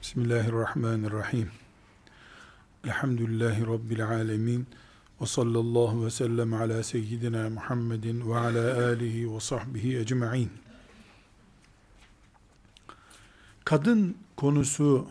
Bismillahirrahmanirrahim. Elhamdülillahi Rabbil alemin. Ve sallallahu ve sellem ala seyyidina Muhammedin ve ala alihi ve sahbihi ecma'in. Kadın konusu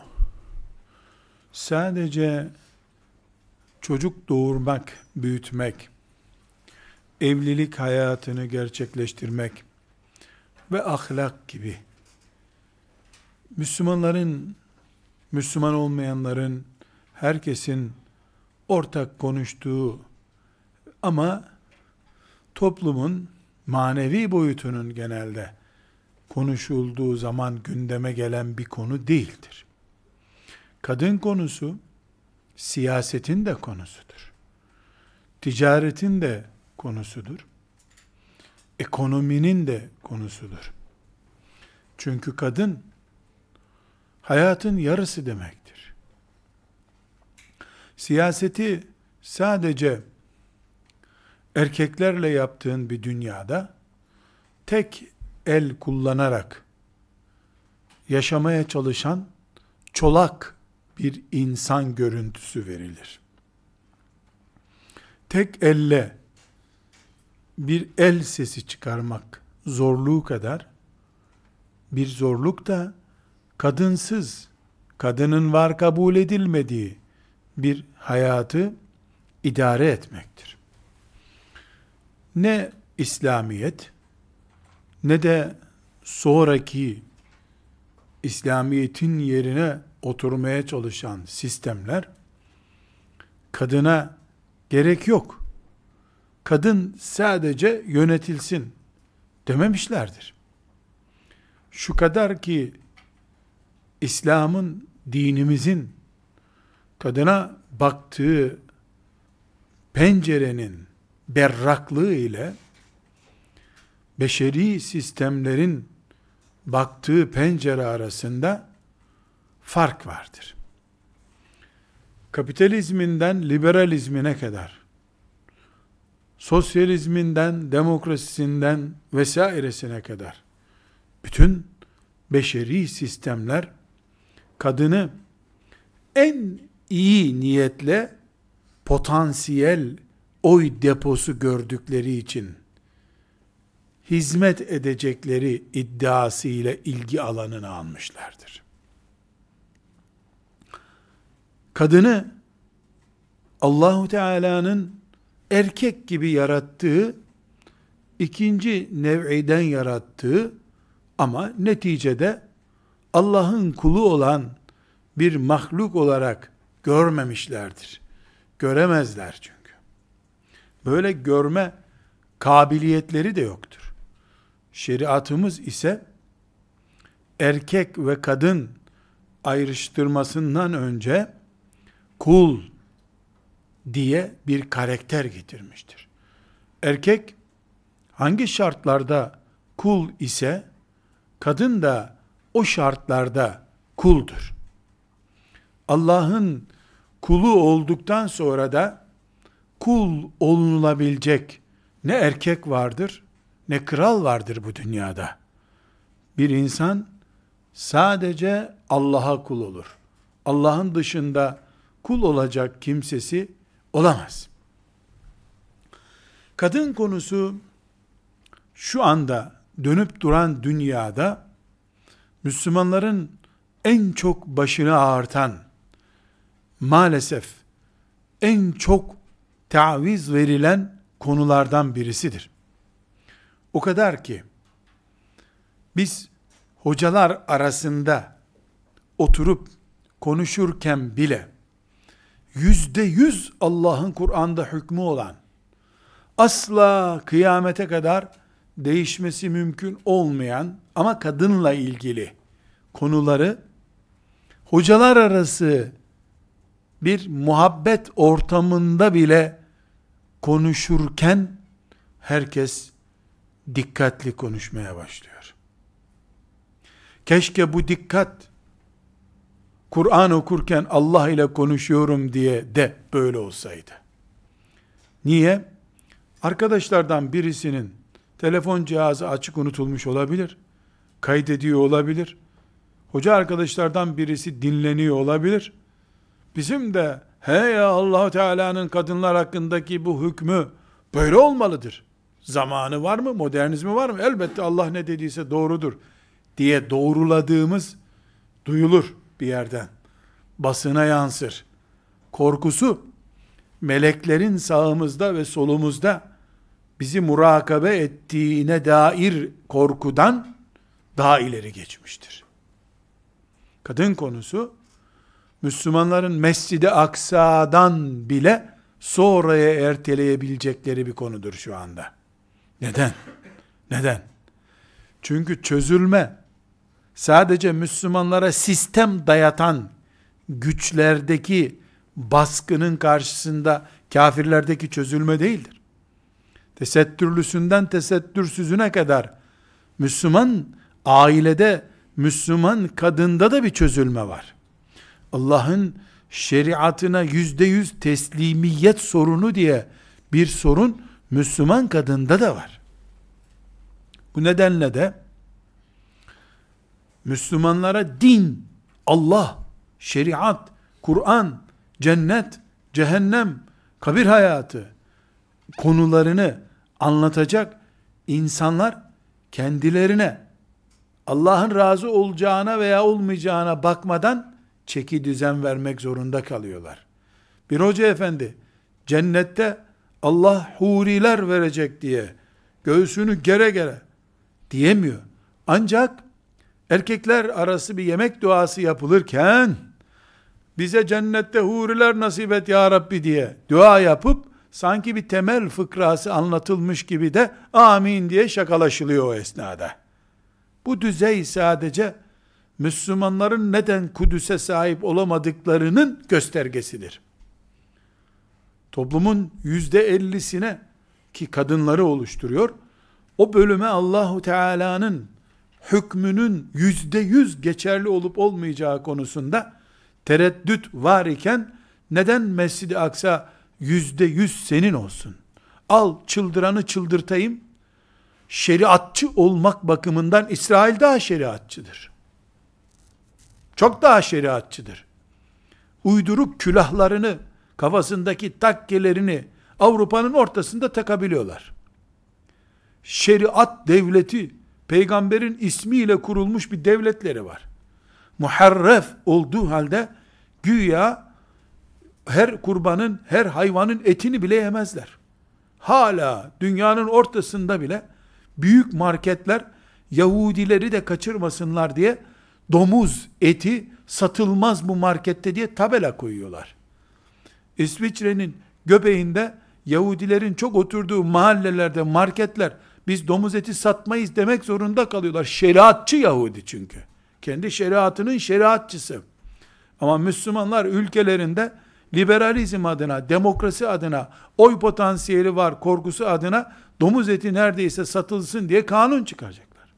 sadece çocuk doğurmak, büyütmek, evlilik hayatını gerçekleştirmek ve ahlak gibi Müslümanların, Müslüman olmayanların, herkesin ortak konuştuğu ama toplumun manevi boyutunun genelde konuşulduğu zaman gündeme gelen bir konu değildir. Kadın konusu siyasetin de konusudur. Ticaretin de konusudur. Ekonominin de konusudur. Çünkü kadın hayatın yarısı demektir. Siyaseti sadece erkeklerle yaptığın bir dünyada tek el kullanarak yaşamaya çalışan çolak bir insan görüntüsü verilir. Tek elle bir el sesi çıkarmak zorluğu kadar bir zorluk da kadınsız, kadının var kabul edilmediği bir hayatı idare etmektir. Ne İslamiyet ne de sonraki İslamiyet'in yerine oturmaya çalışan sistemler kadına gerek yok, kadın sadece yönetilsin dememişlerdir. Şu kadar ki İslam'ın, dinimizin kadına baktığı pencerenin berraklığı ile beşeri sistemlerin baktığı pencere arasında fark vardır. Kapitalizminden liberalizmine kadar, sosyalizminden demokrasisinden vesairesine kadar bütün beşeri sistemler kadını en iyi niyetle potansiyel oy deposu gördükleri için hizmet edecekleri iddiası ile ilgi alanına almışlardır. Kadını Allahu Teala'nın erkek gibi yarattığı, ikinci nev'iden yarattığı ama neticede Allah'ın kulu olan bir mahluk olarak görmemişlerdir. Göremezler çünkü. Böyle görme kabiliyetleri de yoktur. Şeriatımız ise erkek ve kadın ayrıştırmasından önce kul diye bir karakter getirmiştir. Erkek hangi şartlarda kul ise kadın da o şartlarda kuldur. Allah'ın kulu olduktan sonra da kul olunulabilecek ne erkek vardır ne kral vardır bu dünyada. Bir insan sadece Allah'a kul olur. Allah'ın dışında kul olacak kimsesi olamaz. Kadın konusu şu anda dönüp duran dünyada Müslümanların en çok başını ağrıtan, maalesef en çok taviz verilen konulardan birisidir. O kadar ki biz hocalar arasında oturup konuşurken bile %100 Allah'ın Kur'an'da hükmü olan, asla kıyamete kadar değişmesi mümkün olmayan ama kadınla ilgili konuları hocalar arası bir muhabbet ortamında bile konuşurken herkes dikkatli konuşmaya başlıyor. Keşke bu dikkat Kur'an okurken Allah ile konuşuyorum diye de böyle olsaydı. Niye? Arkadaşlardan birisinin telefon cihazı açık unutulmuş olabilir, kaydediyor olabilir. Hoca arkadaşlardan birisi dinleniyor olabilir. Bizim de he ya, Allah Teala'nın kadınlar hakkındaki bu hükmü böyle olmalıdır. Zamanı var mı? Modernizmi var mı? Elbette Allah ne dediyse doğrudur diye doğruladığımız duyulur bir yerden. Basına yansır. Korkusu meleklerin sağımızda ve solumuzda bizi murakabe ettiğine dair korkudan daha ileri geçmiştir. Kadın konusu Müslümanların Mescid-i Aksa'dan bile sonraya erteleyebilecekleri bir konudur şu anda. Neden? Neden? Çünkü çözülme sadece Müslümanlara sistem dayatan güçlerdeki baskının karşısında kafirlerdeki çözülme değildir. Tesettürlüsünden tesettürsüzüne kadar Müslüman ailede, Müslüman kadında da bir çözülme var. Allah'ın şeriatına %100 teslimiyet sorunu diye bir sorun Müslüman kadında da var. Bu nedenle de Müslümanlara din, Allah, şeriat, Kur'an, cennet, cehennem, kabir hayatı konularını anlatacak insanlar kendilerine Allah'ın razı olacağına veya olmayacağına bakmadan çeki düzen vermek zorunda kalıyorlar. Bir hoca efendi cennette Allah huriler verecek diye göğsünü gere gere diyemiyor. Ancak erkekler arası bir yemek duası yapılırken bize cennette huriler nasip et ya Rabbi diye dua yapıp sanki bir temel fıkrası anlatılmış gibi de amin diye şakalaşılıyor o esnada. Bu düzey sadece Müslümanların neden Kudüs'e sahip olamadıklarının göstergesidir. Toplumun %50'sine ki kadınları oluşturuyor, o bölüme Allahu Teala'nın hükmünün %100 geçerli olup olmayacağı konusunda tereddüt var iken neden Mescid-i Aksa %100 senin olsun? Al çıldıranı çıldırtayım. Şeriatçı olmak bakımından İsrail daha şeriatçıdır. Çok daha şeriatçıdır. Uyduruk külahlarını, kafasındaki takkelerini Avrupa'nın ortasında takabiliyorlar. Şeriat devleti, peygamberin ismiyle kurulmuş bir devletleri var. Muharref olduğu halde güya her kurbanın, her hayvanın etini bile yemezler. Hala dünyanın ortasında bile büyük marketler Yahudileri de kaçırmasınlar diye domuz eti satılmaz bu markette diye tabela koyuyorlar. İsviçre'nin göbeğinde Yahudilerin çok oturduğu mahallelerde marketler biz domuz eti satmayız demek zorunda kalıyorlar. Şeriatçı Yahudi çünkü. Kendi şeriatının şeriatçısı. Ama Müslümanlar ülkelerinde liberalizm adına, demokrasi adına, oy potansiyeli var korkusu adına domuz eti neredeyse satılsın diye kanun çıkaracaklar.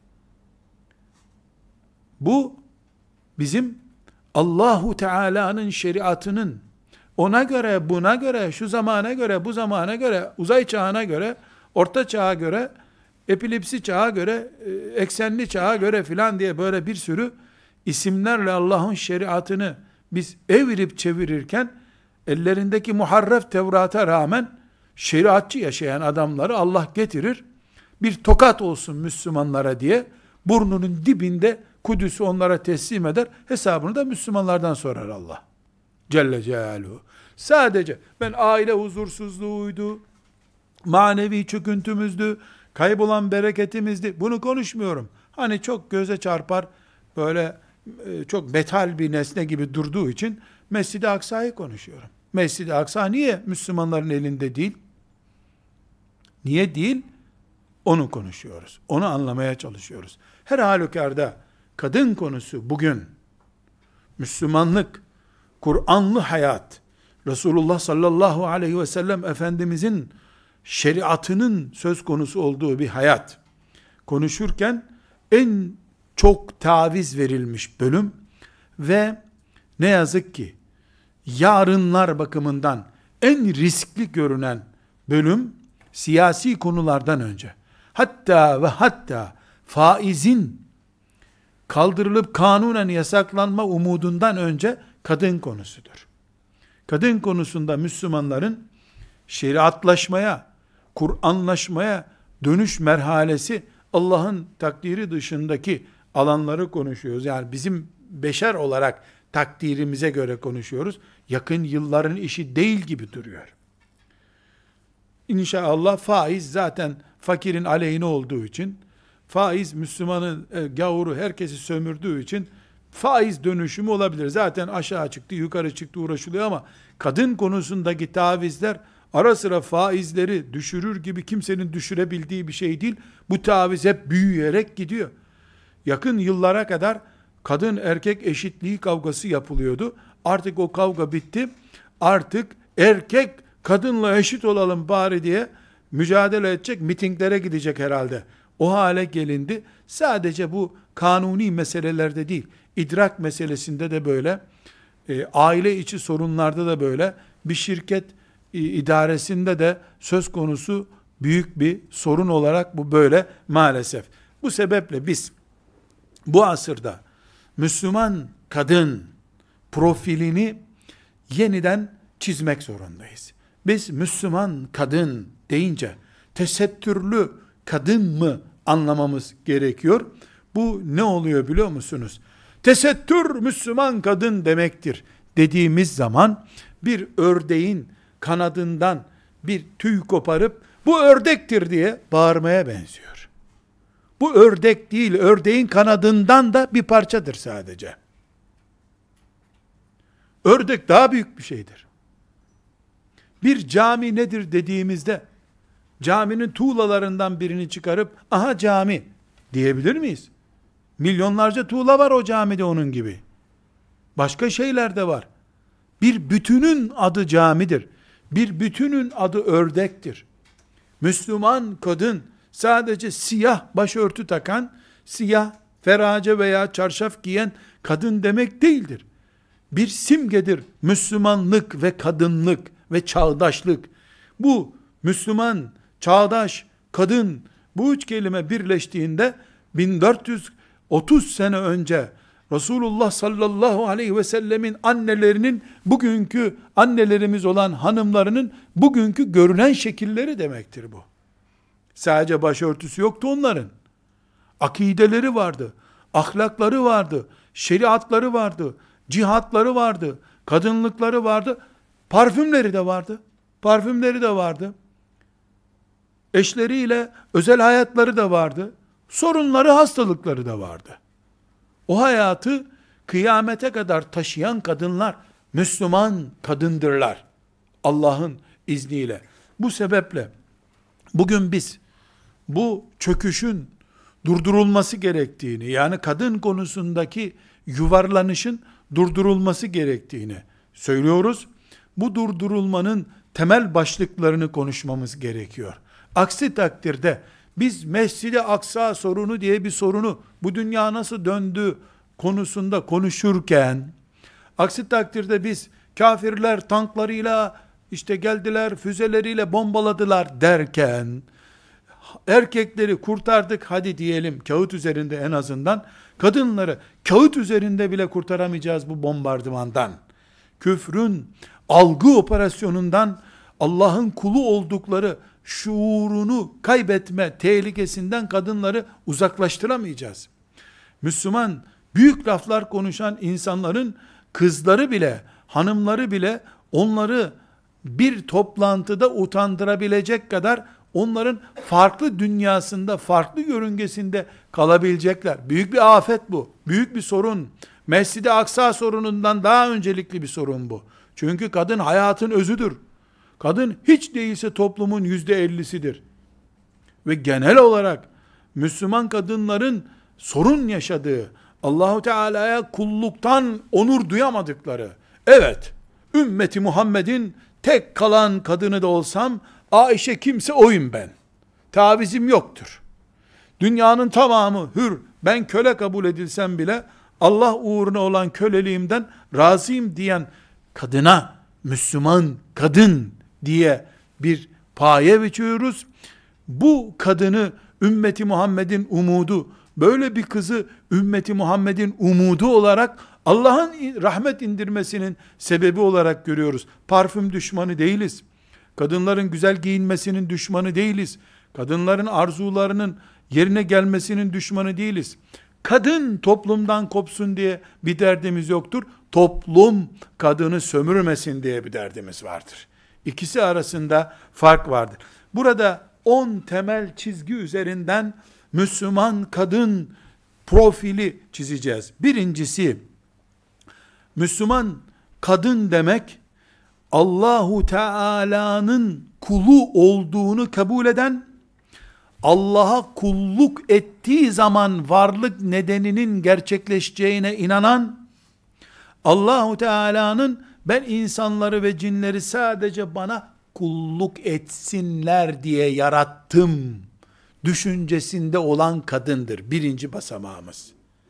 Bu bizim Allahu Teala'nın şeriatının ona göre, buna göre, şu zamana göre, bu zamana göre, uzay çağına göre, orta çağa göre, epilepsi çağa göre, eksenli çağa göre filan diye böyle bir sürü isimlerle Allah'ın şeriatını biz evirip çevirirken ellerindeki muharref Tevrat'a rağmen şeriatçı yaşayan adamları Allah getirir. Bir tokat olsun Müslümanlara diye burnunun dibinde Kudüs'ü onlara teslim eder. Hesabını da Müslümanlardan sorar Allah. Celle Celaluhu. Sadece ben aile huzursuzluğuydu, manevi çöküntümüzdü, kaybolan bereketimizdi. Bunu konuşmuyorum. Hani çok göze çarpar, böyle çok metal bir nesne gibi durduğu için Mescid-i Aksa'yı konuşuyorum. Mescid-i Aksa niye Müslümanların elinde değil? Niye değil? Onu konuşuyoruz. Onu anlamaya çalışıyoruz. Her halükarda kadın konusu bugün Müslümanlık, Kur'anlı hayat, Resulullah sallallahu aleyhi ve sellem Efendimizin şeriatının söz konusu olduğu bir hayat konuşurken en çok taviz verilmiş bölüm ve ne yazık ki yarınlar bakımından en riskli görünen bölüm siyasi konulardan önce, hatta ve hatta faizin kaldırılıp kanunen yasaklanma umudundan önce kadın konusudur. Kadın konusunda Müslümanların şeriatlaşmaya, Kur'anlaşmaya dönüş merhalesi, Allah'ın takdiri dışındaki alanları konuşuyoruz. Yani bizim beşer olarak takdirimize göre konuşuyoruz. Yakın yılların işi değil gibi duruyor. İnşallah faiz zaten fakirin aleyhine olduğu için, faiz Müslümanın gavuru herkesi sömürdüğü için faiz dönüşümü olabilir. Zaten aşağı çıktı, yukarı çıktı uğraşılıyor ama kadın konusundaki tavizler ara sıra faizleri düşürür gibi kimsenin düşürebildiği bir şey değil. Bu taviz hep büyüyerek gidiyor. Yakın yıllara kadar kadın erkek eşitliği kavgası yapılıyordu. Artık o kavga bitti. Artık erkek kadınla eşit olalım bari diye mücadele edecek, mitinglere gidecek herhalde. O hale gelindi. Sadece bu kanuni meselelerde değil, idrak meselesinde de böyle, aile içi sorunlarda da böyle, bir şirket idaresinde de söz konusu büyük bir sorun olarak bu böyle maalesef. Bu sebeple biz bu asırda Müslüman kadın profilini yeniden çizmek zorundayız. Biz Müslüman kadın deyince tesettürlü kadın mı anlamamız gerekiyor? Bu ne oluyor biliyor musunuz? Tesettür Müslüman kadın demektir dediğimiz zaman bir ördeğin kanadından bir tüy koparıp bu ördektir diye bağırmaya benziyor. Bu ördek değil, ördeğin kanadından da bir parçadır sadece. Ördek daha büyük bir şeydir. Bir cami nedir dediğimizde, caminin tuğlalarından birini çıkarıp, aha cami diyebilir miyiz? Milyonlarca tuğla var o camide onun gibi. Başka şeyler de var. Bir bütünün adı camidir. Bir bütünün adı ördektir. Müslüman kadın, sadece siyah başörtü takan, siyah ferace veya çarşaf giyen kadın demek değildir. Bir simgedir Müslümanlık ve kadınlık ve çağdaşlık. Bu Müslüman, çağdaş, kadın, bu üç kelime birleştiğinde 1430 sene önce Resulullah sallallahu aleyhi ve sellemin annelerinin bugünkü annelerimiz olan hanımlarının bugünkü görünen şekilleri demektir bu. Sadece başörtüsü yoktu onların. Akideleri vardı, ahlakları vardı, şeriatları vardı, cihatları vardı, kadınlıkları vardı, parfümleri de vardı. Parfümleri de vardı. Eşleriyle özel hayatları da vardı. Sorunları, hastalıkları da vardı. O hayatı kıyamete kadar taşıyan kadınlar Müslüman kadındırlar. Allah'ın izniyle. Bu sebeple bugün biz bu çöküşün durdurulması gerektiğini, yani kadın konusundaki yuvarlanışın durdurulması gerektiğini söylüyoruz. Bu durdurulmanın temel başlıklarını konuşmamız gerekiyor. Aksi takdirde biz Mescid-i Aksa sorunu diye bir sorunu, bu dünya nasıl döndü konusunda konuşurken, aksi takdirde biz kafirler tanklarıyla işte geldiler, füzeleriyle bombaladılar derken, erkekleri kurtardık hadi diyelim kağıt üzerinde en azından, kadınları kağıt üzerinde bile kurtaramayacağız bu bombardımandan. Küfrün algı operasyonundan, Allah'ın kulu oldukları şuurunu kaybetme tehlikesinden kadınları uzaklaştıramayacağız. Müslüman, büyük laflar konuşan insanların kızları bile, hanımları bile onları bir toplantıda utandırabilecek kadar onların farklı dünyasında, farklı yörüngesinde kalabilecekler. Büyük bir afet bu. Büyük bir sorun. Mescid-i Aksa sorunundan daha öncelikli bir sorun bu. Çünkü kadın hayatın özüdür. Kadın hiç değilse toplumun %50'sidir. Ve genel olarak Müslüman kadınların sorun yaşadığı, Allahu Teala'ya kulluktan onur duyamadıkları, evet, ümmeti Muhammed'in tek kalan kadını da olsam, Ayşe kimse oyum ben. Tavizim yoktur. Dünyanın tamamı hür, ben köle kabul edilsem bile, Allah uğruna olan köleliğimden razıyım diyen kadına, Müslüman kadın diye bir paye biçiyoruz. Bu kadını ümmeti Muhammed'in umudu, böyle bir kızı ümmeti Muhammed'in umudu olarak Allah'ın rahmet indirmesinin sebebi olarak görüyoruz. Parfüm düşmanı değiliz. Kadınların güzel giyinmesinin düşmanı değiliz. Kadınların arzularının yerine gelmesinin düşmanı değiliz. Kadın toplumdan kopsun diye bir derdimiz yoktur. Toplum kadını sömürmesin diye bir derdimiz vardır. İkisi arasında fark vardır. Burada 10 temel çizgi üzerinden Müslüman kadın profili çizeceğiz. Birincisi, Müslüman kadın demek, Allahu Teala'nın kulu olduğunu kabul eden, Allah'a kulluk ettiği zaman varlık nedeninin gerçekleşeceğine inanan, Allahu Teala'nın ben insanları ve cinleri sadece bana kulluk etsinler diye yarattım düşüncesinde olan kadındır. Birinci basamağımız.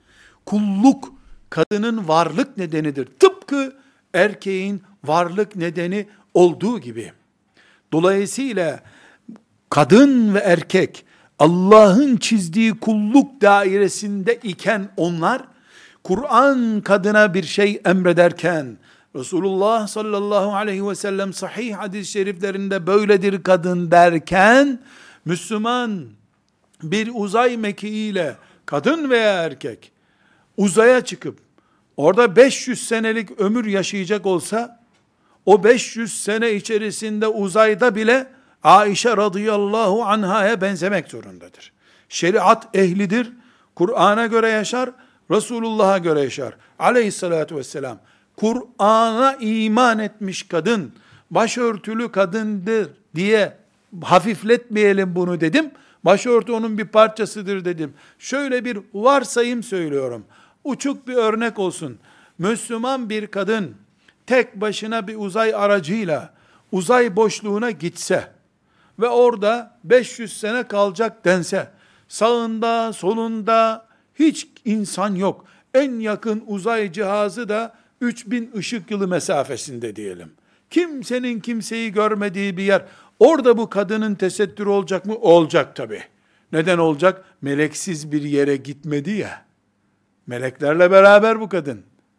Kulluk kadının varlık nedenidir. Tıpkı erkeğin varlık nedeni olduğu gibi. Dolayısıyla kadın ve erkek Allah'ın çizdiği kulluk dairesinde iken onlar, Kur'an kadına bir şey emrederken, Resulullah sallallahu aleyhi ve sellem sahih hadis-i şeriflerinde böyledir kadın derken, Müslüman bir uzay mekiğiyle kadın veya erkek uzaya çıkıp orada 500 senelik ömür yaşayacak olsa, o 500 sene içerisinde uzayda bile Aişe radıyallahu anhaya benzemek zorundadır. Şeriat ehlidir, Kur'an'a göre yaşar, Resulullah'a göre yaşar. Aleyhissalatü vesselam. Kur'an'a iman etmiş kadın, başörtülü kadındır diye hafifletmeyelim bunu dedim. Başörtü onun bir parçasıdır dedim. Şöyle bir varsayım söylüyorum. Uçuk bir örnek olsun. Müslüman bir kadın tek başına bir uzay aracıyla uzay boşluğuna gitse ve orada 500 sene kalacak dense, sağında solunda hiç insan yok. En yakın uzay cihazı da 3000 ışık yılı mesafesinde diyelim. Kimsenin kimseyi görmediği bir yer. Orada bu kadının tesettürü olacak mı? Olacak tabii. Neden olacak? Meleksiz bir yere gitmedi ya. Meleklerle beraber bu kadın.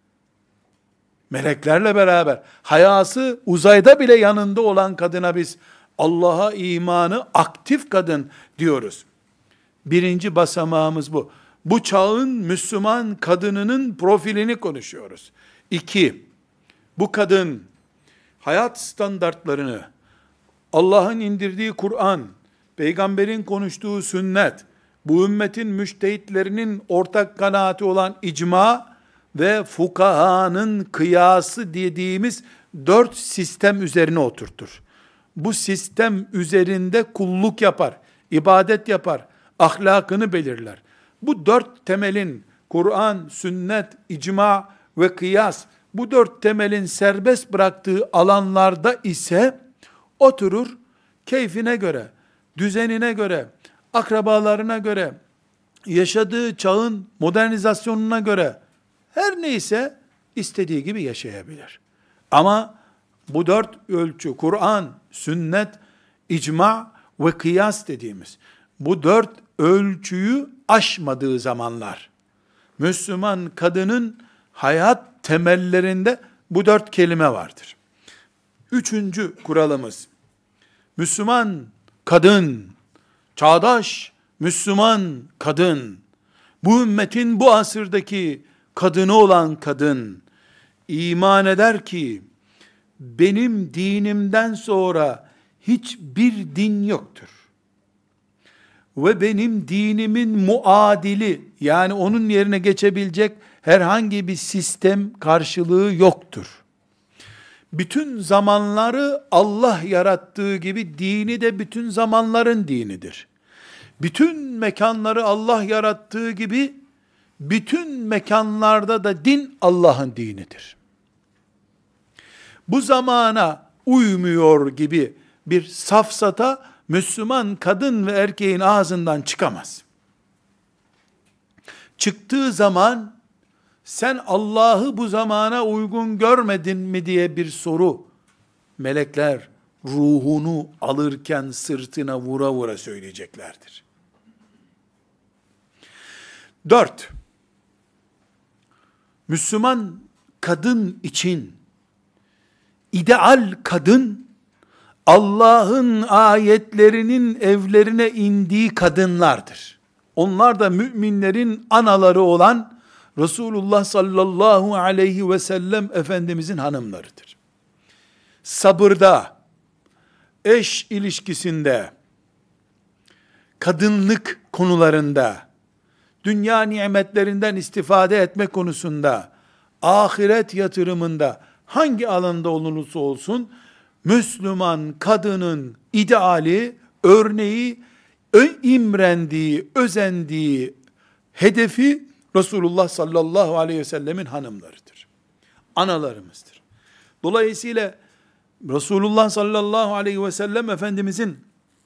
Meleklerle beraber. Hayası uzayda bile yanında olan kadına biz Allah'a imanı aktif kadın diyoruz. Birinci basamağımız bu. Bu çağın Müslüman kadınının profilini konuşuyoruz. 2. Bu kadın hayat standartlarını, Allah'ın indirdiği Kur'an, peygamberin konuştuğu sünnet, bu ümmetin müştehitlerinin ortak kanaati olan icma ve fukahanın kıyası dediğimiz 4 sistem üzerine oturtur. Bu sistem üzerinde kulluk yapar, ibadet yapar, ahlakını belirler. Bu 4 temelin, Kur'an, sünnet, icma ve kıyas, bu 4 temelin serbest bıraktığı alanlarda ise oturur, keyfine göre, düzenine göre, akrabalarına göre, yaşadığı çağın modernizasyonuna göre, her neyse istediği gibi yaşayabilir. Ama bu 4 ölçü, Kur'an, sünnet, icma ve kıyas dediğimiz, bu 4 ölçüyü aşmadığı zamanlar, Müslüman kadının hayat temellerinde bu 4 kelime vardır. 3. kuralımız, Müslüman kadın, çağdaş Müslüman kadın, bu ümmetin bu asırdaki kadını olan kadın, iman eder ki, benim dinimden sonra hiçbir din yoktur. Ve benim dinimin muadili, yani onun yerine geçebilecek herhangi bir sistem karşılığı yoktur. Bütün zamanları Allah yarattığı gibi dini de bütün zamanların dinidir. Bütün mekanları Allah yarattığı gibi bütün mekanlarda da din Allah'ın dinidir. Bu zamana uymuyor gibi bir safsata Müslüman kadın ve erkeğin ağzından çıkamaz. Çıktığı zaman sen Allah'ı bu zamana uygun görmedin mi diye bir soru, melekler ruhunu alırken sırtına vura vura söyleyeceklerdir. 4. Müslüman kadın için ideal kadın, Allah'ın ayetlerinin evlerine indiği kadınlardır. Onlar da müminlerin anaları olan Resulullah sallallahu aleyhi ve sellem Efendimizin hanımlarıdır. Sabırda, eş ilişkisinde, kadınlık konularında, dünya nimetlerinden istifade etme konusunda, ahiret yatırımında, hangi alanda olursa olsun, Müslüman kadının ideali, örneği, imrendiği, özendiği hedefi Resulullah sallallahu aleyhi ve sellemin hanımlarıdır. Analarımızdır. Dolayısıyla Resulullah sallallahu aleyhi ve sellem Efendimizin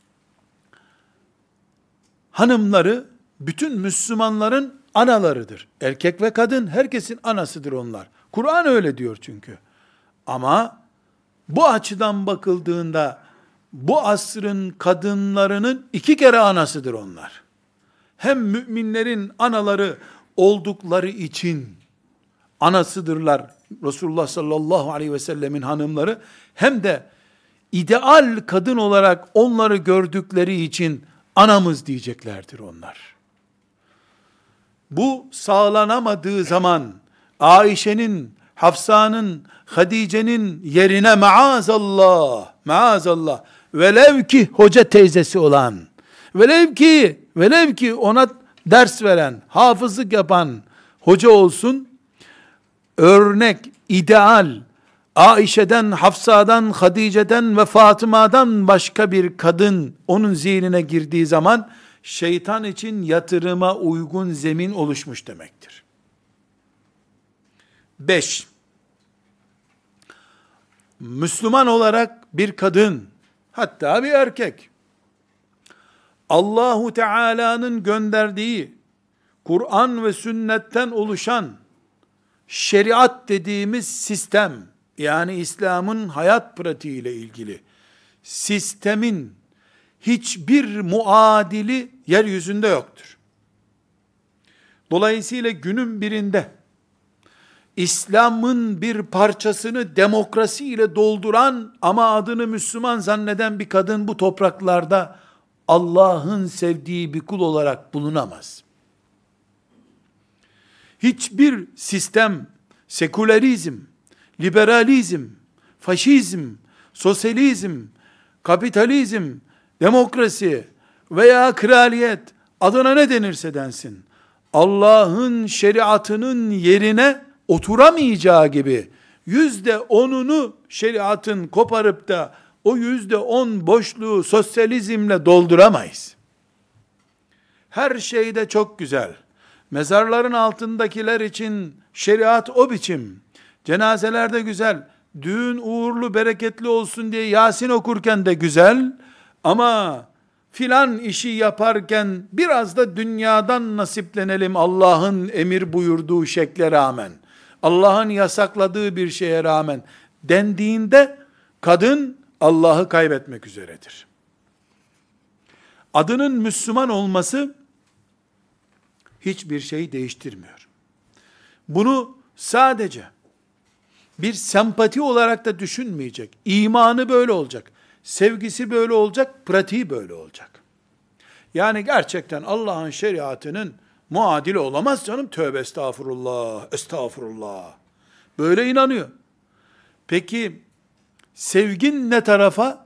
hanımları bütün Müslümanların analarıdır. Erkek ve kadın herkesin anasıdır onlar. Kur'an öyle diyor çünkü. Ama bu açıdan bakıldığında bu asrın kadınlarının 2 kere anasıdır onlar. Hem müminlerin anaları oldukları için anasıdırlar Resulullah sallallahu aleyhi ve sellemin hanımları, hem de ideal kadın olarak onları gördükleri için anamız diyeceklerdir onlar. Bu sağlanamadığı zaman Ayşe'nin, Hafsa'nın, Hadice'nin yerine maazallah, velev ki hoca teyzesi olan, velev ki ona ders veren, hafızlık yapan hoca olsun, örnek, ideal, Aişe'den, Hafsa'dan, Hadice'den ve Fatıma'dan başka bir kadın onun zihnine girdiği zaman, şeytan için yatırıma uygun zemin oluşmuş demektir. 5. Müslüman olarak bir kadın, hatta bir erkek, Allahu Teala'nın gönderdiği Kur'an ve sünnetten oluşan şeriat dediğimiz sistem, yani İslam'ın hayat pratiği ile ilgili sistemin hiçbir muadili yeryüzünde yoktur. Dolayısıyla günün birinde İslam'ın bir parçasını demokrasi ile dolduran ama adını Müslüman zanneden bir kadın bu topraklarda Allah'ın sevdiği bir kul olarak bulunamaz. Hiçbir sistem, sekülerizm, liberalizm, faşizm, sosyalizm, kapitalizm, demokrasi veya kraliyet, adına ne denirse densin, Allah'ın şeriatının yerine oturamayacağı gibi %10'unu şeriatın koparıp da o %10 boşluğu sosyalizmle dolduramayız. Her şey de çok güzel. Mezarların altındakiler için şeriat o biçim. Cenazeler de güzel. Düğün uğurlu, bereketli olsun diye Yasin okurken de güzel. Ama filan işi yaparken biraz da dünyadan nasiplenelim Allah'ın emir buyurduğu şekle rağmen, Allah'ın yasakladığı bir şeye rağmen dendiğinde kadın Allah'ı kaybetmek üzeredir. Adının Müslüman olması hiçbir şey değiştirmiyor. Bunu sadece bir sempati olarak da düşünmeyecek. İmanı böyle olacak. Sevgisi böyle olacak. Pratiği böyle olacak. Yani gerçekten Allah'ın şeriatının muadili olamaz canım. Tövbe estağfurullah, estağfurullah. Böyle inanıyor. Peki sevgin ne tarafa?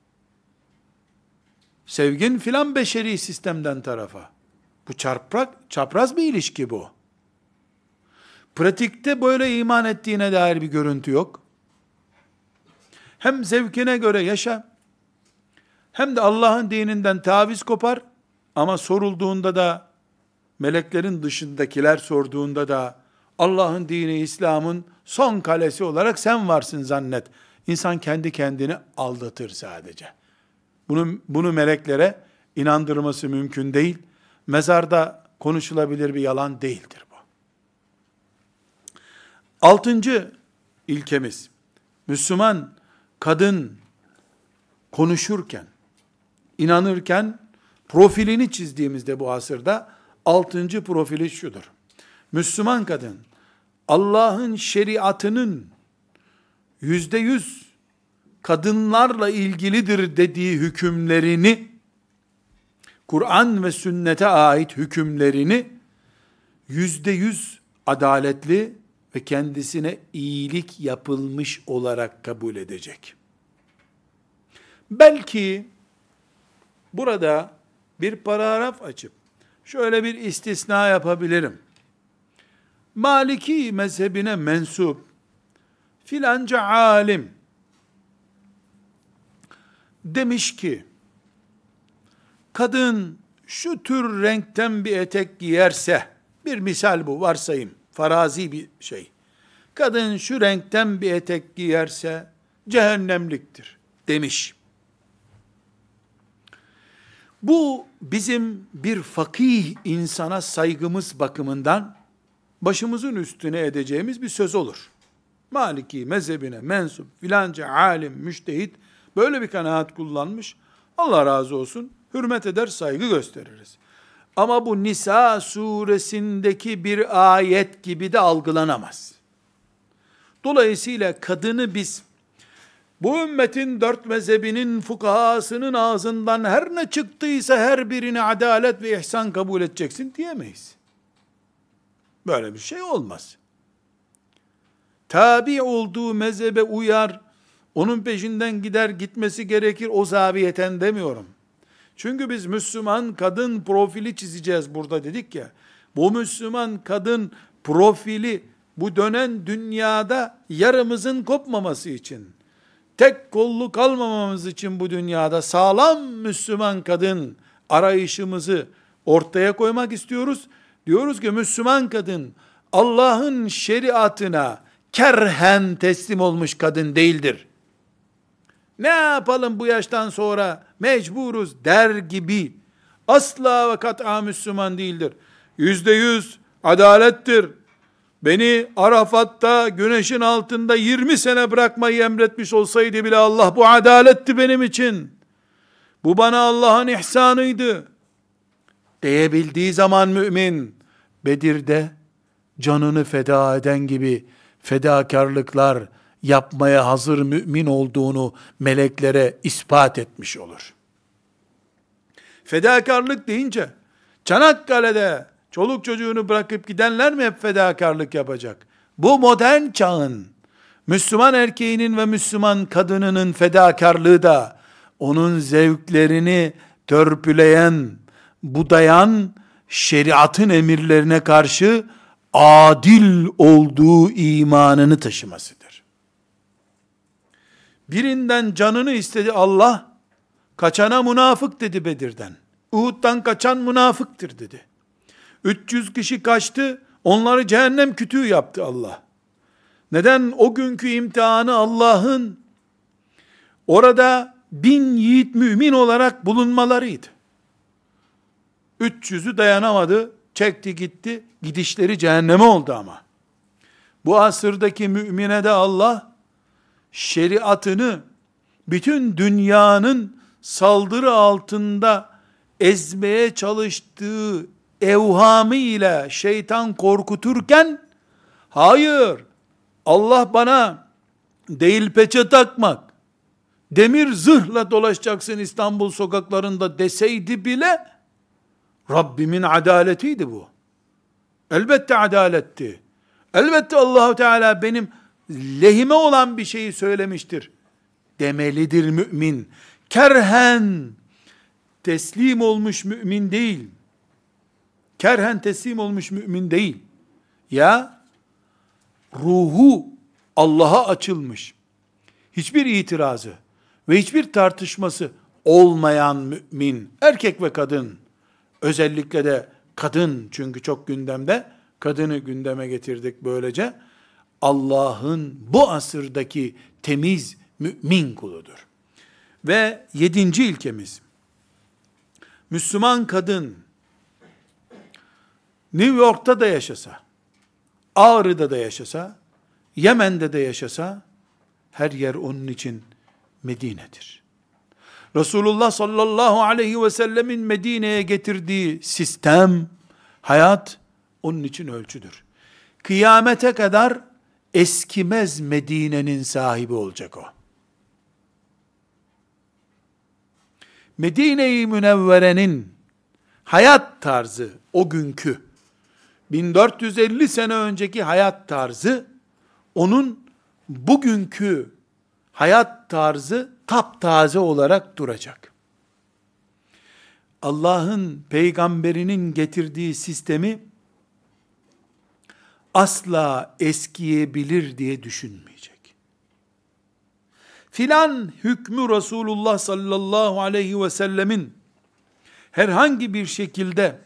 Sevgin filan beşeri sistemden tarafa. Bu çapraz bir ilişki bu. Pratikte böyle iman ettiğine dair bir görüntü yok. Hem zevkine göre yaşa, hem de Allah'ın dininden taviz kopar, ama sorulduğunda da, meleklerin dışındakiler sorduğunda da, Allah'ın dini, İslam'ın son kalesi olarak sen varsın zannet. İnsan kendi kendini aldatır sadece. Bunu meleklere inandırması mümkün değil. Mezarda konuşulabilir bir yalan değildir bu. 6. ilkemiz, Müslüman kadın konuşurken, inanırken, profilini çizdiğimizde bu asırda, Altıncı profili şudur. Müslüman kadın, Allah'ın şeriatının %100 kadınlarla ilgilidir dediği hükümlerini, Kur'an ve sünnete ait hükümlerini %100 adaletli ve kendisine iyilik yapılmış olarak kabul edecek. Belki burada bir paragraf açıp şöyle bir istisna yapabilirim. Maliki mezhebine mensup filanca alim demiş ki, kadın şu tür renkten bir etek giyerse, bir misal bu, varsayım, farazi bir şey. Kadın şu renkten bir etek giyerse cehennemliktir demiş. Bu bizim bir fakih insana saygımız bakımından başımızın üstüne edeceğimiz bir söz olur. Maliki mezhebine mensup filanca alim, müştehit böyle bir kanaat kullanmış. Allah razı olsun. Hürmet eder, saygı gösteririz. Ama bu Nisa suresindeki bir ayet gibi de algılanamaz. Dolayısıyla kadını biz bu ümmetin dört mezhebinin fukahasının ağzından her ne çıktıysa her birini adalet ve ihsan kabul edeceksin diyemeyiz. Böyle bir şey olmaz. Tabi olduğu mezhebe uyar, onun peşinden gider, gitmesi gerekir, o zaviyeten demiyorum. Çünkü biz Müslüman kadın profili çizeceğiz burada dedik ya. Bu Müslüman kadın profili bu dönen dünyada yarımızın kopmaması için, tek kollu kalmamamız için bu dünyada sağlam Müslüman kadın arayışımızı ortaya koymak istiyoruz. Diyoruz ki Müslüman kadın Allah'ın şeriatına kerhen teslim olmuş kadın değildir. Ne yapalım bu yaştan sonra mecburuz der gibi asla ve kat'a Müslüman değildir. %100 adalettir. Beni Arafat'ta güneşin altında 20 sene bırakmayı emretmiş olsaydı bile Allah bu adaletti benim için. Bu bana Allah'ın ihsanıydı diyebildiği zaman mümin, Bedir'de canını feda eden gibi fedakarlıklar yapmaya hazır mümin olduğunu meleklere ispat etmiş olur. Fedakarlık deyince Çanakkale'de çoluk çocuğunu bırakıp gidenler mi hep fedakarlık yapacak? Bu modern çağın Müslüman erkeğinin ve Müslüman kadınının fedakarlığı da onun zevklerini törpüleyen, budayan şeriatın emirlerine karşı adil olduğu imanını taşımasıdır. Birinden canını istedi Allah, kaçana münafık dedi Bedir'den. Uhud'dan kaçan münafıktır dedi. 300 kişi kaçtı, onları cehennem kütüğü yaptı Allah. Neden? O günkü imtihanı Allah'ın orada 1000 yiğit mümin olarak bulunmalarıydı. 300'ü dayanamadı, çekti gitti, gidişleri cehenneme oldu ama. Bu asırdaki mümine de Allah, şeriatını bütün dünyanın saldırı altında ezmeye çalıştığı evhamıyla şeytan korkuturken, hayır, Allah bana değil peçe takmak, demir zırhla dolaşacaksın İstanbul sokaklarında deseydi bile, Rabbimin adaletiydi bu. Elbette adaletti. Elbette Allahu Teala benim lehime olan bir şeyi söylemiştir demelidir mümin. Kerhen teslim olmuş mümin değil. Kerhen teslim olmuş mümin değil. Ya ruhu Allah'a açılmış, hiçbir itirazı ve hiçbir tartışması olmayan mümin, erkek ve kadın, özellikle de kadın, çünkü çok gündemde, kadını gündeme getirdik böylece, Allah'ın bu asırdaki temiz mümin kuludur. Ve 7. ilkemiz, Müslüman kadın, New York'ta da yaşasa, Ağrı'da da yaşasa, Yemen'de de yaşasa, her yer onun için Medine'dir. Resulullah sallallahu aleyhi ve sellemin Medine'ye getirdiği sistem, Hayat onun için ölçüdür. Kıyamete kadar eskimez Medine'nin sahibi olacak o. Medine-i Münevvere'nin hayat tarzı, o günkü 1450 sene önceki hayat tarzı, onun bugünkü hayat tarzı taptaze olarak duracak. Allah'ın peygamberinin getirdiği sistemi asla eskiyebilir diye düşünmeyecek. Filan hükmü Resulullah sallallahu aleyhi ve sellemin herhangi bir şekilde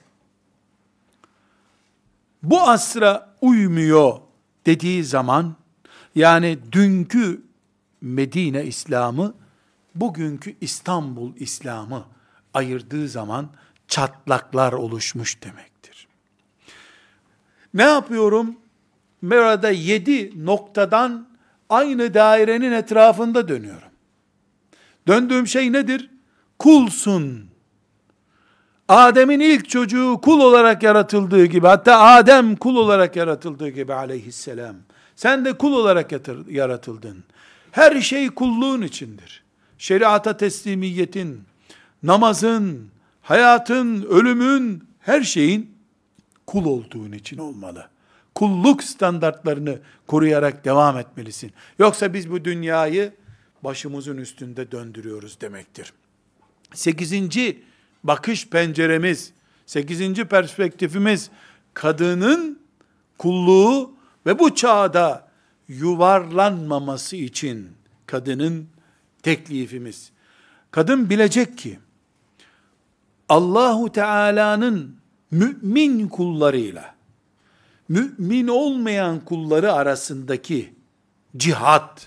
bu asra uymuyor dediği zaman, yani dünkü Medine İslamı, bugünkü İstanbul İslamı ayırdığı zaman çatlaklar oluşmuş demektir. Ne yapıyorum? Merada 7 noktadan aynı dairenin etrafında dönüyorum. Döndüğüm şey nedir? Kulsun. Adem'in ilk çocuğu kul olarak yaratıldığı gibi, hatta Adem kul olarak yaratıldığı gibi aleyhisselam, sen de kul olarak yaratıldın. Her şey kulluğun içindir. Şeriata teslimiyetin, namazın, hayatın, ölümün, her şeyin kul olduğun için olmalı. Kulluk standartlarını koruyarak devam etmelisin. Yoksa biz bu dünyayı başımızın üstünde döndürüyoruz demektir. 8. bakış penceremiz, 8. perspektifimiz, kadının kulluğu ve bu çağda yuvarlanmaması için kadının teklifimiz. Kadın bilecek ki, Allahu Teala'nın mümin kullarıyla, mümin olmayan kulları arasındaki cihat,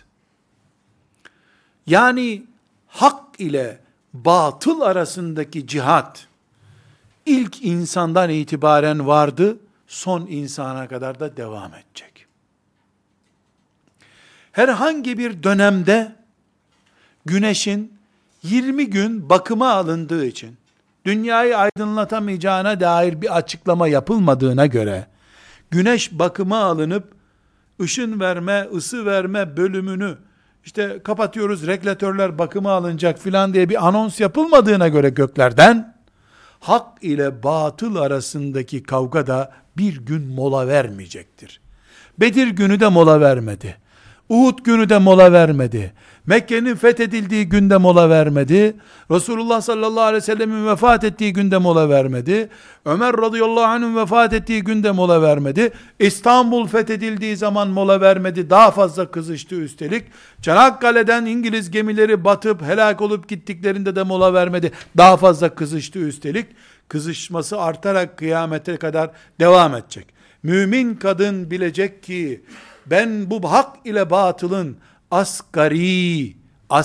yani hak ile batıl arasındaki cihat, ilk insandan itibaren vardı, son insana kadar da devam edecek. Herhangi bir dönemde, güneşin 20 gün bakıma alındığı için, dünyayı aydınlatamayacağına dair bir açıklama yapılmadığına göre, güneş bakıma alınıp, ışın verme, ısı verme bölümünü, işte kapatıyoruz, regülatörler bakıma alınacak filan diye bir anons yapılmadığına göre göklerden, hak ile batıl arasındaki kavga da bir gün mola vermeyecektir. Bedir günü de mola vermedi. Uhud günü de mola vermedi. Mekke'nin fethedildiği günde mola vermedi. Resulullah sallallahu aleyhi ve sellemin vefat ettiği günde mola vermedi. Ömer radıyallahu anh'ın vefat ettiği günde mola vermedi. İstanbul fethedildiği zaman mola vermedi. Daha fazla kızıştı üstelik. Çanakkale'den İngiliz gemileri batıp helak olup gittiklerinde de mola vermedi. Daha fazla kızıştı üstelik. Kızışması artarak kıyamete kadar devam edecek. Mümin kadın bilecek ki, ben bu hak ile batılın asgari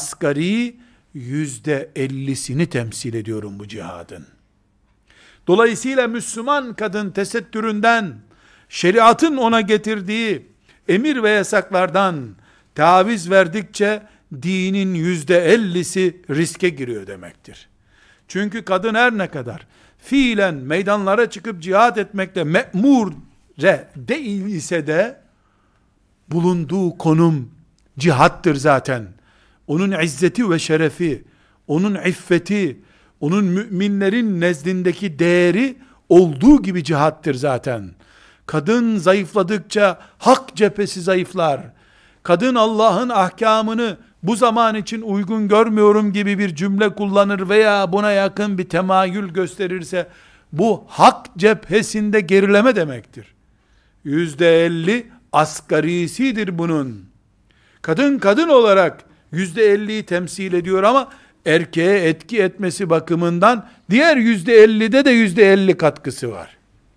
%50'sini temsil ediyorum bu cihadın. Dolayısıyla Müslüman kadın tesettüründen, şeriatın ona getirdiği emir ve yasaklardan taviz verdikçe, dinin %50'si riske giriyor demektir. Çünkü kadın her ne kadar fiilen meydanlara çıkıp cihad etmekle me'mur değil ise de, bulunduğu konum cihattır zaten. Onun izzeti ve şerefi, onun iffeti, onun müminlerin nezdindeki değeri olduğu gibi cihattır zaten. Kadın zayıfladıkça hak cephesi zayıflar. Kadın Allah'ın ahkamını bu zaman için uygun görmüyorum gibi bir cümle kullanır veya buna yakın bir temayül gösterirse, bu hak cephesinde gerileme demektir. %50 asgarisidir bunun. Kadın olarak %50'yi temsil ediyor ama erkeğe etki etmesi bakımından diğer %50'de de %50 katkısı var.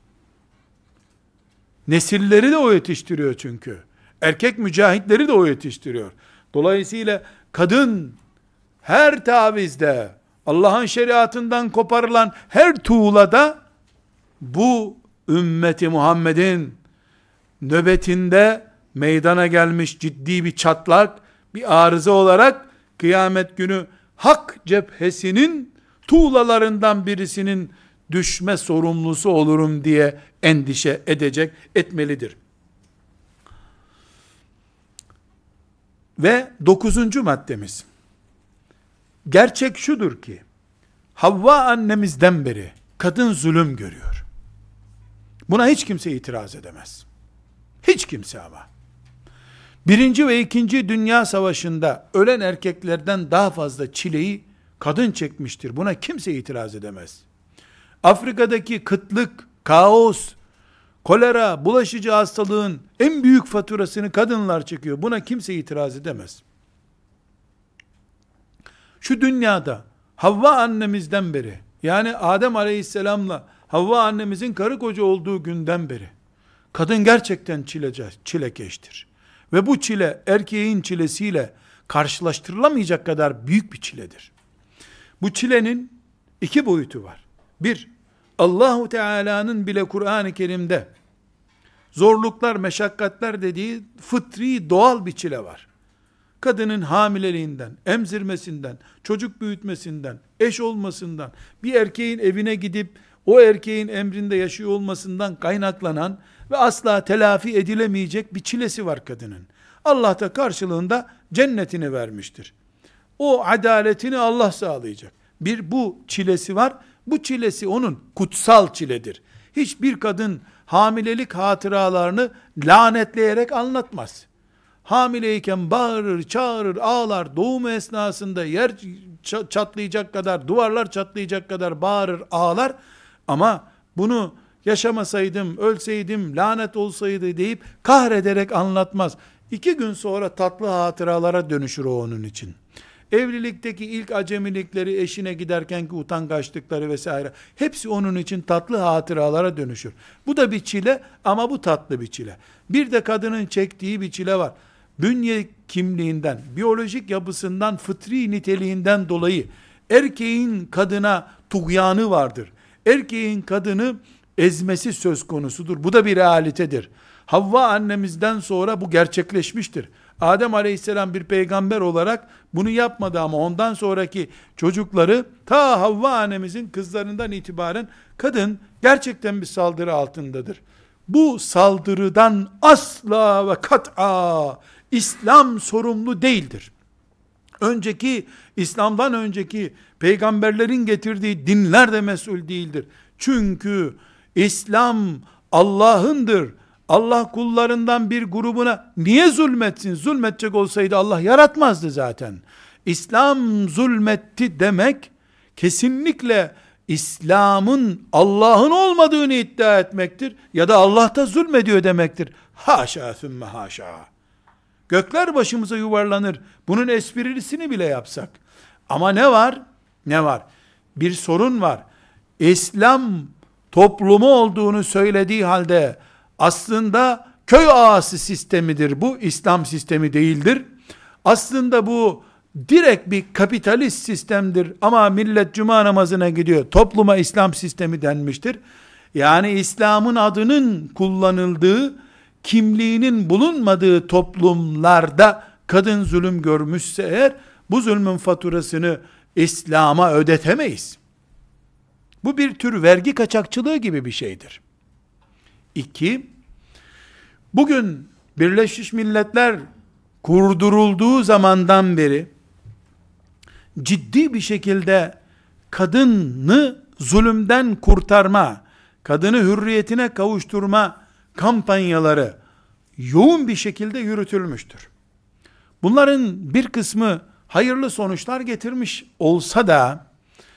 Nesilleri de o yetiştiriyor çünkü. Erkek mücahitleri de o yetiştiriyor. Dolayısıyla kadın her tavizde, Allah'ın şeriatından koparılan her tuğlada, bu ümmeti Muhammed'in nöbetinde meydana gelmiş ciddi bir çatlak, bir arıza olarak kıyamet günü hak cephesinin tuğlalarından birisinin düşme sorumlusu olurum diye endişe etmelidir. Ve 9. maddemiz, gerçek şudur ki, Havva annemizden beri kadın zulüm görüyor. Buna hiç kimse itiraz edemez. Hiç kimse ama. 1. ve 2. Dünya Savaşı'nda ölen erkeklerden daha fazla çileyi kadın çekmiştir. Buna kimse itiraz edemez. Afrika'daki kıtlık, kaos, kolera, bulaşıcı hastalığın en büyük faturasını kadınlar çekiyor. Buna kimse itiraz edemez. Şu dünyada Havva annemizden beri, yani Adem Aleyhisselam'la Havva annemizin karı koca olduğu günden beri, kadın gerçekten çilekeştir. Ve bu çile erkeğin çilesiyle karşılaştırılamayacak kadar büyük bir çiledir. Bu çilenin 2 boyutu var. Bir, Allahu Teala'nın bile Kur'an-ı Kerim'de zorluklar, meşakkatler dediği fıtri, doğal bir çile var. Kadının hamileliğinden, emzirmesinden, çocuk büyütmesinden, eş olmasından, bir erkeğin evine gidip o erkeğin emrinde yaşıyor olmasından kaynaklanan ve asla telafi edilemeyecek bir çilesi var kadının. Allah da karşılığında cennetini vermiştir. O adaletini Allah sağlayacak. Bir bu çilesi var. Bu çilesi onun kutsal çiledir. Hiçbir kadın hamilelik hatıralarını lanetleyerek anlatmaz. Hamileyken bağırır, çağırır, ağlar, doğum esnasında yer çatlayacak kadar, duvarlar çatlayacak kadar bağırır, ağlar, ama bunu yaşamasaydım, ölseydim, lanet olsaydı deyip kahrederek anlatmaz. 2 gün sonra tatlı hatıralara dönüşür o onun için. Evlilikteki ilk acemilikleri, eşine giderkenki utangaçlıkları vesaire, hepsi onun için tatlı hatıralara dönüşür. Bu da bir çile ama bu tatlı bir çile. Bir de kadının çektiği bir çile var. Bünye kimliğinden, biyolojik yapısından, fıtri niteliğinden dolayı erkeğin kadına tuğyanı vardır. Erkeğin kadını ezmesi söz konusudur. Bu da bir realitedir. Havva annemizden sonra bu gerçekleşmiştir. Adem Aleyhisselam bir peygamber olarak bunu yapmadı ama ondan sonraki çocukları ta Havva annemizin kızlarından itibaren kadın gerçekten bir saldırı altındadır. Bu saldırıdan asla ve kat'a İslam sorumlu değildir. İslam'dan önceki peygamberlerin getirdiği dinler de mesul değildir. Çünkü İslam Allah'ındır. Allah kullarından bir grubuna niye zulmetsin? Zulmetecek olsaydı Allah yaratmazdı zaten. İslam zulmetti demek, kesinlikle İslam'ın Allah'ın olmadığını iddia etmektir. Ya da Allah da zulmediyor demektir. Haşa sümme haşa. Gökler başımıza yuvarlanır. Bunun esprisini bile yapsak. Ama ne var? Ne var? Bir sorun var. İslam toplumu olduğunu söylediği halde aslında köy ağası sistemidir. Bu İslam sistemi değildir. Aslında bu direkt bir kapitalist sistemdir. Ama millet cuma namazına gidiyor. Topluma İslam sistemi denmiştir. Yani İslam'ın adının kullanıldığı, kimliğinin bulunmadığı toplumlarda kadın zulüm görmüşse eğer, bu zulmün faturasını İslam'a ödetemeyiz. Bu bir tür vergi kaçakçılığı gibi bir şeydir. 2, bugün Birleşmiş Milletler kurdurulduğu zamandan beri ciddi bir şekilde kadını zulümden kurtarma, kadını hürriyetine kavuşturma kampanyaları yoğun bir şekilde yürütülmüştür. Bunların bir kısmı hayırlı sonuçlar getirmiş olsa da,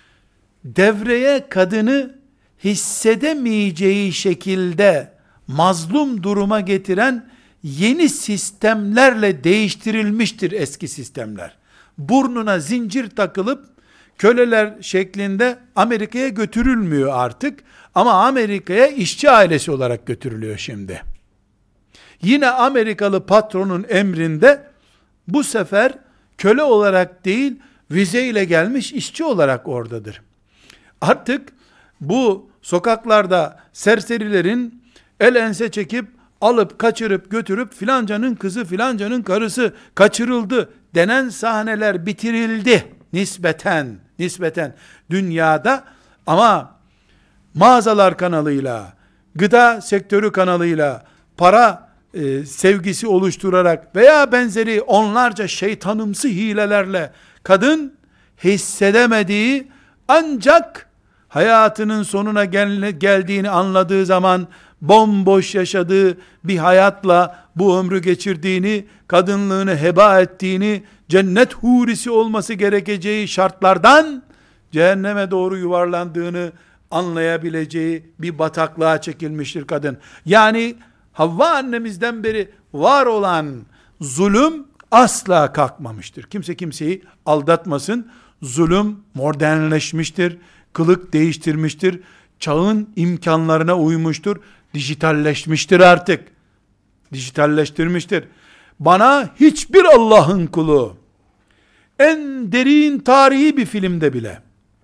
devreye kadını hissedemeyeceği şekilde mazlum duruma getiren yeni sistemlerle değiştirilmiştir eski sistemler. Burnuna zincir takılıp köleler şeklinde Amerika'ya götürülmüyor artık, ama Amerika'ya işçi ailesi olarak götürülüyor şimdi. Yine Amerikalı patronun emrinde bu sefer köle olarak değil, vizeyle gelmiş işçi olarak oradadır. Artık bu sokaklarda serserilerin el ense çekip alıp kaçırıp götürüp filancanın kızı filancanın karısı kaçırıldı denen sahneler bitirildi nispeten dünyada, ama mağazalar kanalıyla, gıda sektörü kanalıyla, para sevgisi oluşturarak veya benzeri onlarca şeytanımsı hilelerle kadın hissedemediği, ancak hayatının sonuna geldiğini anladığı zaman bomboş yaşadığı bir hayatla bu ömrü geçirdiğini, kadınlığını heba ettiğini, cennet hurisi olması gerekeceği şartlardan cehenneme doğru yuvarlandığını anlayabileceği bir bataklığa çekilmiştir kadın. Yani Havva annemizden beri var olan zulüm asla kalkmamıştır. Kimse kimseyi aldatmasın. Zulüm modernleşmiştir, kılık değiştirmiştir, çağın imkanlarına uymuştur, dijitalleşmiştir artık. Dijitalleştirmiştir. Bana hiçbir Allah'ın kulu, en derin tarihi bir filmde bile,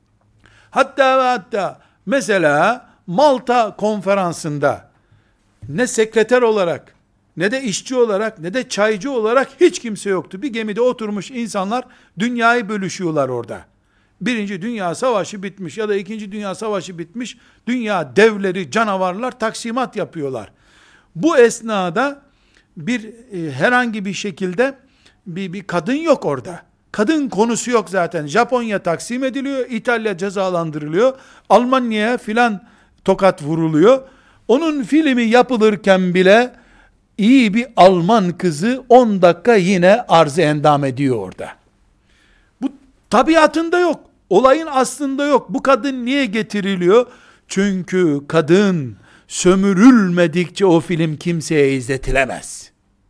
hatta mesela Malta konferansında ne sekreter olarak, ne de işçi olarak, ne de çaycı olarak hiç kimse yoktu. Bir gemide oturmuş insanlar dünyayı bölüşüyorlar orada. Birinci Dünya Savaşı bitmiş ya da İkinci Dünya Savaşı bitmiş. Dünya devleri, canavarlar taksimat yapıyorlar. Bu esnada herhangi bir şekilde bir kadın yok orada. Kadın konusu yok zaten. Japonya taksim ediliyor, İtalya cezalandırılıyor, Almanya'ya filan tokat vuruluyor. Onun filmi yapılırken bile iyi bir Alman kızı 10 dakika yine arz-ı endam ediyor orada. Bu tabiatında yok. Olayın aslında yok. Bu kadın niye getiriliyor? Çünkü kadın sömürülmedikçe o film kimseye izletilemez.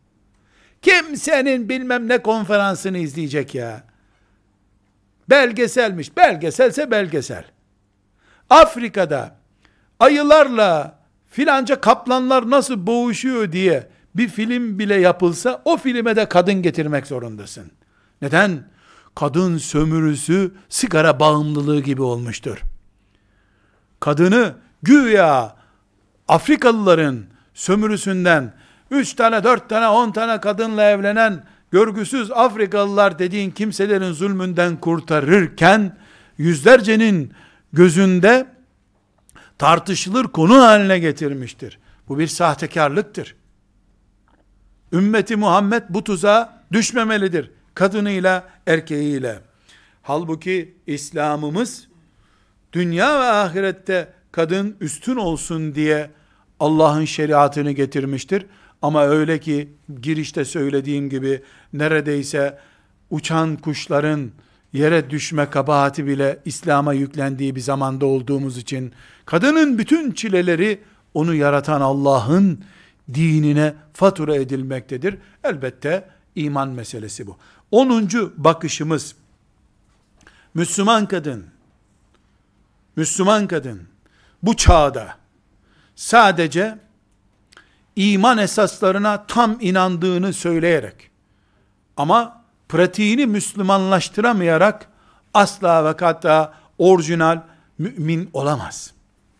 Kimsenin bilmem ne konferansını izleyecek ya. Belgeselmiş. Belgeselse belgesel. Afrika'da ayılarla filanca kaplanlar nasıl boğuşuyor diye bir film bile yapılsa o filme de kadın getirmek zorundasın. Neden? Kadın sömürüsü sigara bağımlılığı gibi olmuştur. Kadını güya Afrikalıların sömürüsünden 3 tane, 4 tane, 10 tane kadınla evlenen görgüsüz Afrikalılar dediğin kimselerin zulmünden kurtarırken yüzlercenin gözünde tartışılır konu haline getirmiştir. Bu bir sahtekarlıktır. Ümmeti Muhammed bu tuzağa düşmemelidir. Kadınıyla, erkeğiyle. Halbuki İslam'ımız dünya ve ahirette kadın üstün olsun diye Allah'ın şeriatını getirmiştir. Ama öyle ki girişte söylediğim gibi neredeyse uçan kuşların yere düşme kabahati bile İslam'a yüklendiği bir zamanda olduğumuz için kadının bütün çileleri onu yaratan Allah'ın dinine fatura edilmektedir. Elbette iman meselesi bu. 10. bakışımız, Müslüman kadın bu çağda sadece iman esaslarına tam inandığını söyleyerek ama pratiğini Müslümanlaştıramayarak asla ve kata orijinal mümin olamaz.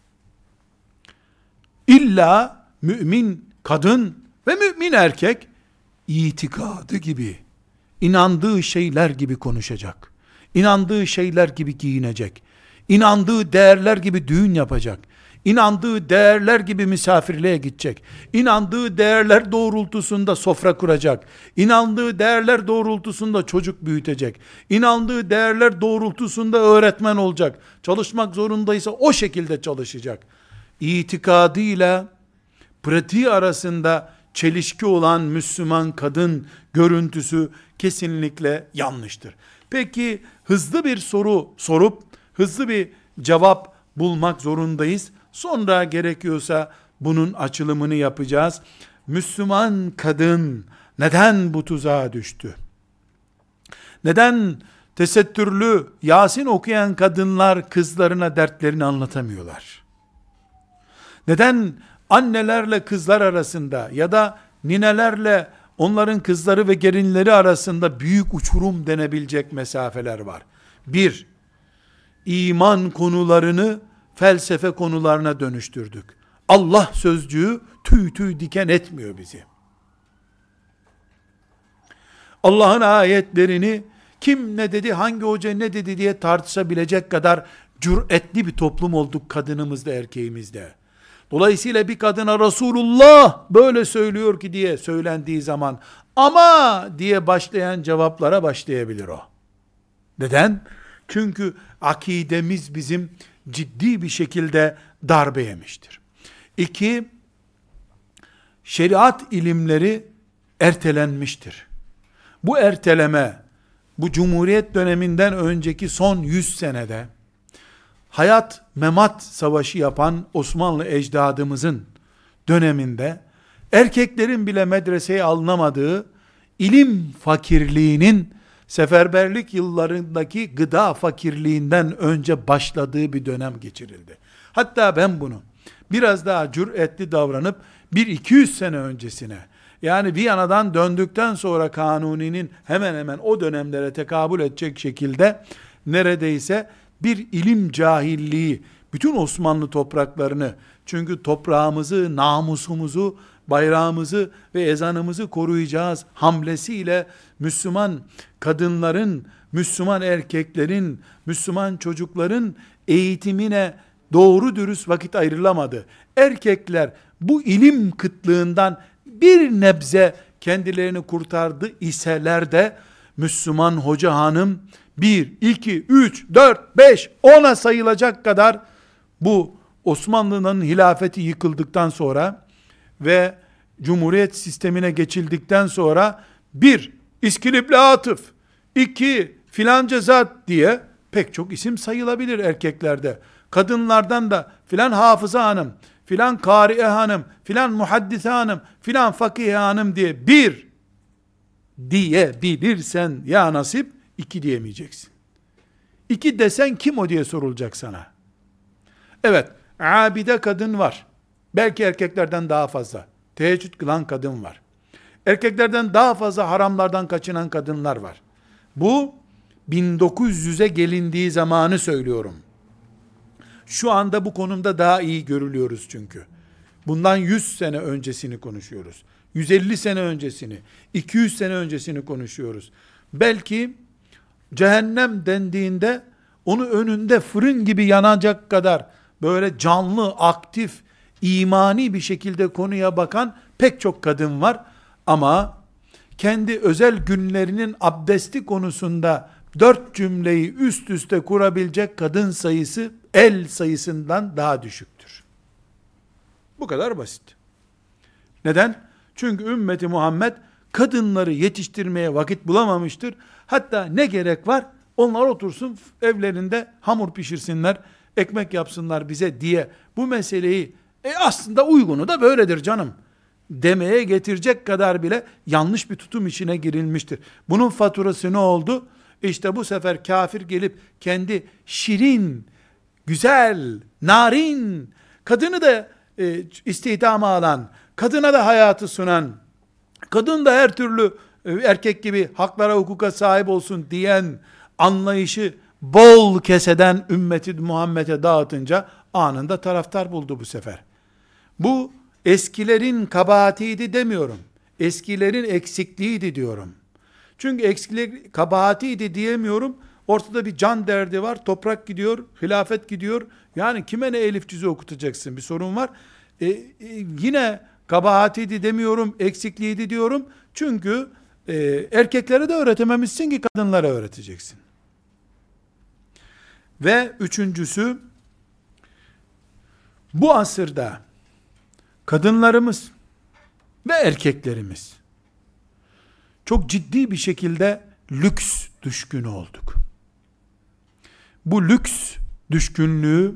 İlla mümin kadın ve mümin erkek itikadı gibi, inandığı şeyler gibi konuşacak, inandığı şeyler gibi giyinecek, inandığı değerler gibi düğün yapacak, inandığı değerler gibi misafirliğe gidecek, inandığı değerler doğrultusunda sofra kuracak, inandığı değerler doğrultusunda çocuk büyütecek, inandığı değerler doğrultusunda öğretmen olacak, çalışmak zorundaysa o şekilde çalışacak. İtikadıyla pratiği arasında çelişki olan Müslüman kadın görüntüsü kesinlikle yanlıştır. Peki hızlı bir soru sorup hızlı bir cevap bulmak zorundayız. Sonra gerekiyorsa bunun açılımını yapacağız. Müslüman kadın neden bu tuzağa düştü? Neden tesettürlü Yasin okuyan kadınlar kızlarına dertlerini anlatamıyorlar? Neden annelerle kızlar arasında ya da ninelerle onların kızları ve gelinleri arasında büyük uçurum denebilecek mesafeler var? Bir, iman konularını felsefe konularına dönüştürdük. Allah sözcüğü tüy tüy diken etmiyor bizi. Allah'ın ayetlerini kim ne dedi, hangi hoca ne dedi diye tartışabilecek kadar cüretli bir toplum olduk, kadınımızda erkeğimizde. Dolayısıyla bir kadına Resulullah böyle söylüyor ki diye söylendiği zaman ama diye başlayan cevaplara başlayabilir o. Neden? Çünkü akidemiz bizim ciddi bir şekilde darbe yemiştir. 2, şeriat ilimleri ertelenmiştir. Bu erteleme, bu Cumhuriyet döneminden önceki son 100 senede, hayat memat savaşı yapan Osmanlı ecdadımızın döneminde, erkeklerin bile medreseye alınamadığı ilim fakirliğinin, seferberlik yıllarındaki gıda fakirliğinden önce başladığı bir dönem geçirildi. Hatta ben bunu biraz daha cüretli davranıp 1-200 sene öncesine, yani Viyana'dan döndükten sonra Kanuni'nin hemen hemen o dönemlere tekabül edecek şekilde neredeyse bir ilim cahilliği, bütün Osmanlı topraklarını, çünkü toprağımızı, namusumuzu, bayrağımızı ve ezanımızı koruyacağız hamlesiyle Müslüman kadınların, Müslüman erkeklerin, Müslüman çocukların eğitimine doğru dürüst vakit ayrılamadı. Erkekler bu ilim kıtlığından bir nebze kendilerini kurtardı iseler de Müslüman hoca hanım 1, 2, 3, 4, 5, 10'a sayılacak kadar bu Osmanlı'nın hilafeti yıkıldıktan sonra ve Cumhuriyet sistemine geçildikten sonra 1, İskilipli Atıf, 2, filanca zat diye pek çok isim sayılabilir erkeklerde. Kadınlardan da filan hafıza hanım, filan kariye hanım, filan muhaddise hanım, filan fakihe hanım diye bir diyebilirsen ya nasip, 2 diyemeyeceksin. 2 desen kim o diye sorulacak sana. Evet, abide kadın var. Belki erkeklerden daha fazla. Teheccüd kılan kadın var. Erkeklerden daha fazla haramlardan kaçınan kadınlar var. Bu 1900'e gelindiği zamanı söylüyorum. Şu anda bu konumda daha iyi görülüyoruz çünkü. Bundan 100 sene öncesini konuşuyoruz. 150 sene öncesini, 200 sene öncesini konuşuyoruz. Belki cehennem dendiğinde onu önünde fırın gibi yanacak kadar böyle canlı, aktif, imani bir şekilde konuya bakan pek çok kadın var. Ama kendi özel günlerinin abdesti konusunda 4 cümleyi üst üste kurabilecek kadın sayısı el sayısından daha düşüktür. Bu kadar basit. Neden? Çünkü ümmeti Muhammed kadınları yetiştirmeye vakit bulamamıştır. Hatta ne gerek var? Onlar otursun evlerinde hamur pişirsinler, ekmek yapsınlar bize diye bu meseleyi aslında uygunu da böyledir canım demeye getirecek kadar bile yanlış bir tutum içine girilmiştir. Bunun faturası ne oldu? İşte bu sefer kafir gelip kendi şirin, güzel, narin, kadını da istihdama alan, kadına da hayatı sunan, kadın da her türlü erkek gibi haklara, hukuka sahip olsun diyen anlayışı bol keseden ümmeti Muhammed'e dağıtınca anında taraftar buldu bu sefer. Bu eskilerin kabahatiydi demiyorum. Eskilerin eksikliğiydi diyorum. Çünkü eksiklik kabahatiydi diyemiyorum. Ortada bir can derdi var. Toprak gidiyor, hilafet gidiyor. Yani kime ne elif cüzü okutacaksın? Bir sorun var. Yine kabahatiydi demiyorum, eksikliğiydi diyorum. Çünkü erkeklere de öğretememişsin ki kadınlara öğreteceksin. Ve üçüncüsü, bu asırda kadınlarımız ve erkeklerimiz çok ciddi bir şekilde lüks düşkünü olduk. Bu lüks düşkünlüğü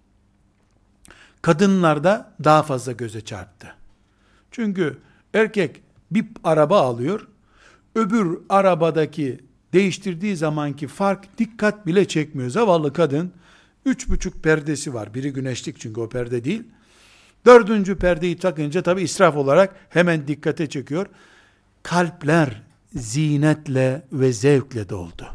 kadınlarda daha fazla göze çarptı. Çünkü erkek bir araba alıyor, öbür arabadaki değiştirdiği zamanki fark dikkat bile çekmiyor. Zavallı kadın 3,5 perdesi var. Biri güneşlik çünkü o perde değil. 4. perdeyi takınca tabi israf olarak hemen dikkate çekiyor. Kalpler zinetle ve zevkle doldu.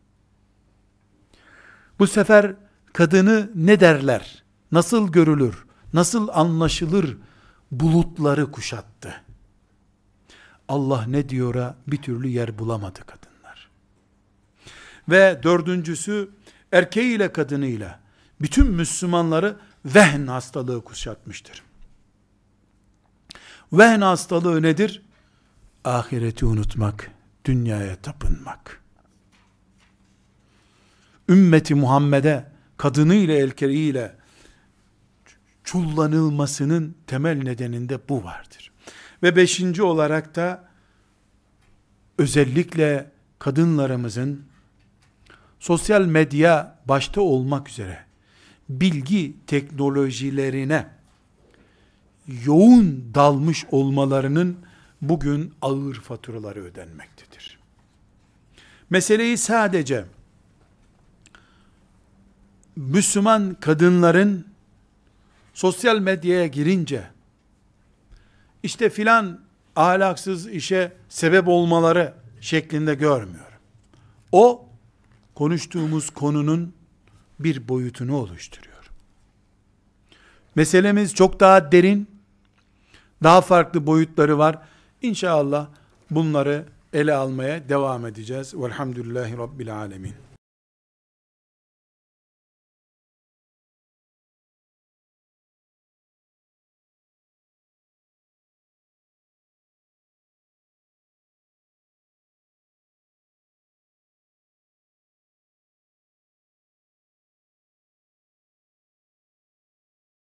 Bu sefer kadını ne derler, nasıl görülür, nasıl anlaşılır bulutları kuşattı. Allah ne diyora bir türlü yer bulamadı kadınlar. Ve 4.'sü erkeğiyle kadınıyla bütün Müslümanları vehn hastalığı kuşatmıştır. Vehn hastalığı nedir? Ahireti unutmak, dünyaya tapınmak. Ümmeti Muhammed'e kadınıyla erkeğiyle çullanılmasının temel nedeninde bu vardır. Ve 5. olarak da özellikle kadınlarımızın sosyal medya başta olmak üzere bilgi teknolojilerine yoğun dalmış olmalarının bugün ağır faturaları ödenmektedir. Meseleyi sadece Müslüman kadınların sosyal medyaya girince işte filan ahlaksız işe sebep olmaları şeklinde görmüyorum. O konuştuğumuz konunun bir boyutunu oluşturuyor. Meselemiz çok daha derin, daha farklı boyutları var. İnşallah bunları ele almaya devam edeceğiz. Velhamdülillahi Rabbil Alemin.